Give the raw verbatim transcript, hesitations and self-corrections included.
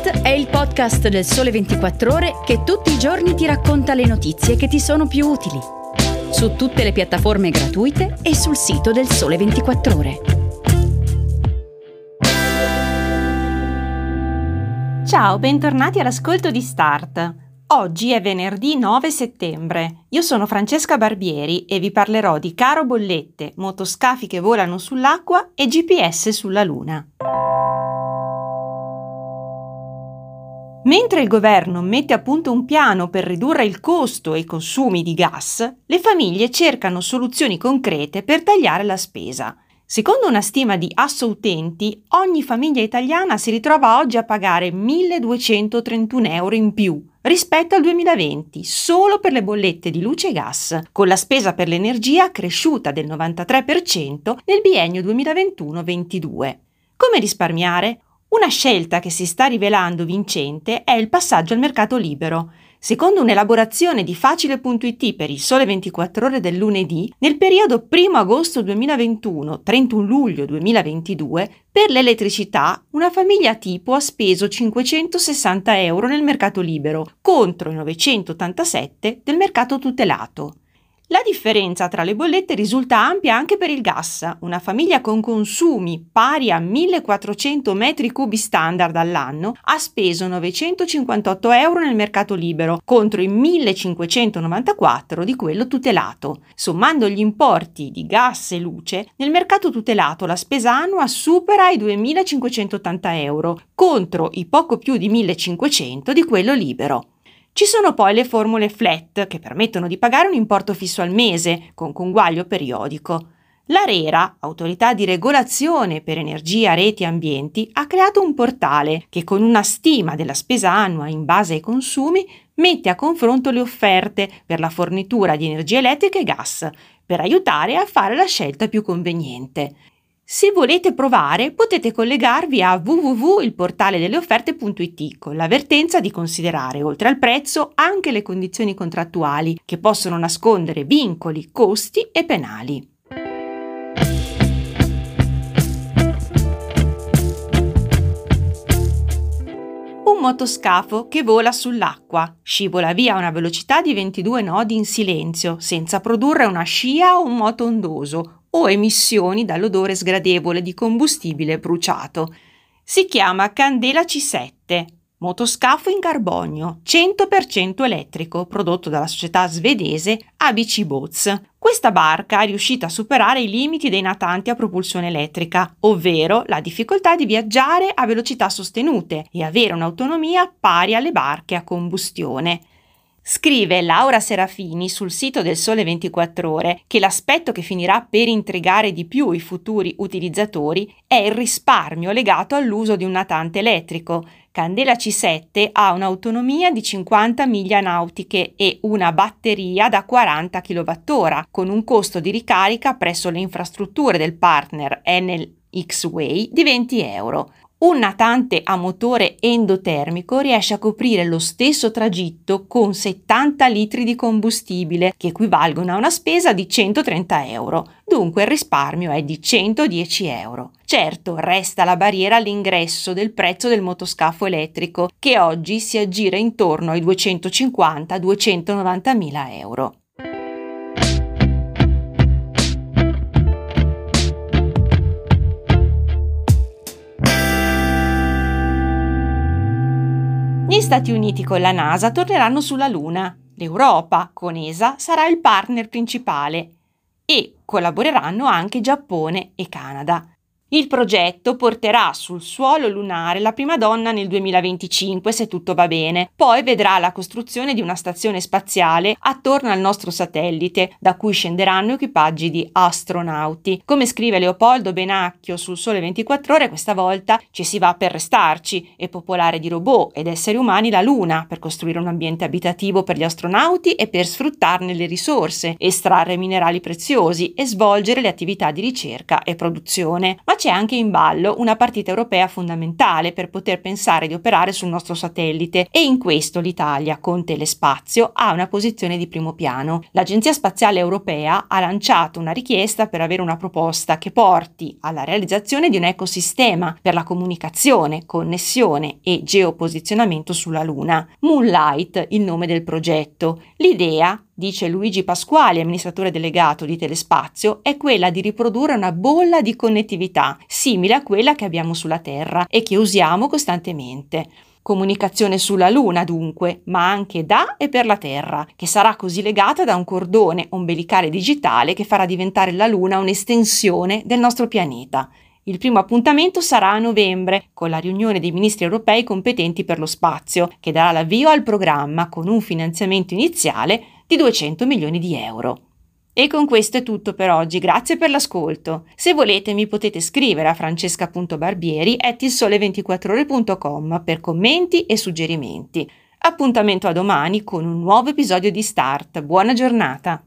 Start è il podcast del Sole ventiquattro Ore che tutti i giorni ti racconta le notizie che ti sono più utili. Su tutte le piattaforme gratuite e sul sito del Sole ventiquattro Ore. Ciao, bentornati all'ascolto di Start. Oggi è venerdì nove settembre. Io sono Francesca Barbieri e vi parlerò di caro bollette, motoscafi che volano sull'acqua e G P S sulla Luna. Mentre il governo mette a punto un piano per ridurre il costo e i consumi di gas, le famiglie cercano soluzioni concrete per tagliare la spesa. Secondo una stima di Assoutenti, ogni famiglia italiana si ritrova oggi a pagare milleduecentotrentuno euro in più rispetto al duemilaventi solo per le bollette di luce e gas, con la spesa per l'energia cresciuta del novantatré per cento nel biennio duemilaventuno ventidue. Come risparmiare? Una scelta che si sta rivelando vincente è il passaggio al mercato libero. Secondo un'elaborazione di Facile punto it per il Sole ventiquattro Ore del lunedì, nel periodo primo agosto duemilaventuno - trentuno luglio duemilaventidue, per l'elettricità una famiglia tipo ha speso cinquecentosessanta euro nel mercato libero contro i novecentottantasette del mercato tutelato. La differenza tra le bollette risulta ampia anche per il gas. Una famiglia con consumi pari a millequattrocento metri cubi standard all'anno ha speso novecentocinquantotto euro nel mercato libero contro i millecinquecentonovantaquattro di quello tutelato. Sommando gli importi di gas e luce, nel mercato tutelato la spesa annua supera i duemilacinquecentottanta euro contro i poco più di millecinquecento di quello libero. Ci sono poi le formule flat che permettono di pagare un importo fisso al mese con conguaglio periodico. L'ARERA, Autorità di Regolazione per Energia, Reti e Ambienti, ha creato un portale che con una stima della spesa annua in base ai consumi mette a confronto le offerte per la fornitura di energia elettrica e gas per aiutare a fare la scelta più conveniente. Se volete provare, potete collegarvi a w w w punto il portale delle offerte punto it con l'avvertenza di considerare, oltre al prezzo, anche le condizioni contrattuali, che possono nascondere vincoli, costi e penali. Un motoscafo che vola sull'acqua, scivola via a una velocità di ventidue nodi in silenzio, senza produrre una scia o un moto ondoso, o emissioni dall'odore sgradevole di combustibile bruciato. Si chiama Candela C sette, motoscafo in carbonio, cento per cento elettrico, prodotto dalla società svedese A B C Boats. Questa barca è riuscita a superare i limiti dei natanti a propulsione elettrica, ovvero la difficoltà di viaggiare a velocità sostenute e avere un'autonomia pari alle barche a combustione. Scrive Laura Serafini sul sito del Sole ventiquattro Ore che l'aspetto che finirà per intrigare di più i futuri utilizzatori è il risparmio legato all'uso di un natante elettrico. Candela C sette ha un'autonomia di cinquanta miglia nautiche e una batteria da quaranta chilowattora, con un costo di ricarica presso le infrastrutture del partner Enel X-Way di venti euro. Un natante a motore endotermico riesce a coprire lo stesso tragitto con settanta litri di combustibile, che equivalgono a una spesa di centotrenta euro. Dunque il risparmio è di centodieci euro. Certo, resta la barriera all'ingresso del prezzo del motoscafo elettrico, che oggi si aggira intorno ai duecentocinquanta duecentonovantamila euro. Gli Stati Uniti con la NASA torneranno sulla Luna, l'Europa con E S A sarà il partner principale e collaboreranno anche Giappone e Canada. Il progetto porterà sul suolo lunare la prima donna nel duemilaventicinque se tutto va bene, poi vedrà la costruzione di una stazione spaziale attorno al nostro satellite, da cui scenderanno equipaggi di astronauti. Come scrive Leopoldo Benacchio sul Sole ventiquattro Ore, questa volta ci si va per restarci e popolare di robot ed esseri umani la Luna, per costruire un ambiente abitativo per gli astronauti e per sfruttarne le risorse, estrarre minerali preziosi e svolgere le attività di ricerca e produzione. Ma c'è anche in ballo una partita europea fondamentale per poter pensare di operare sul nostro satellite e in questo l'Italia, con Telespazio, ha una posizione di primo piano. L'Agenzia Spaziale Europea ha lanciato una richiesta per avere una proposta che porti alla realizzazione di un ecosistema per la comunicazione, connessione e geoposizionamento sulla Luna. Moonlight, il nome del progetto. L'idea, dice Luigi Pasquali, amministratore delegato di Telespazio, è quella di riprodurre una bolla di connettività simile a quella che abbiamo sulla Terra e che usiamo costantemente. Comunicazione sulla Luna dunque, ma anche da e per la Terra, che sarà così legata da un cordone ombelicale digitale che farà diventare la Luna un'estensione del nostro pianeta. Il primo appuntamento sarà a novembre, con la riunione dei ministri europei competenti per lo spazio, che darà l'avvio al programma con un finanziamento iniziale di duecento milioni di euro. E con questo è tutto per oggi, grazie per l'ascolto. Se volete mi potete scrivere a francesca punto barbieri chiocciola il sole ventiquattro ore punto com per commenti e suggerimenti. Appuntamento a domani con un nuovo episodio di Start. Buona giornata!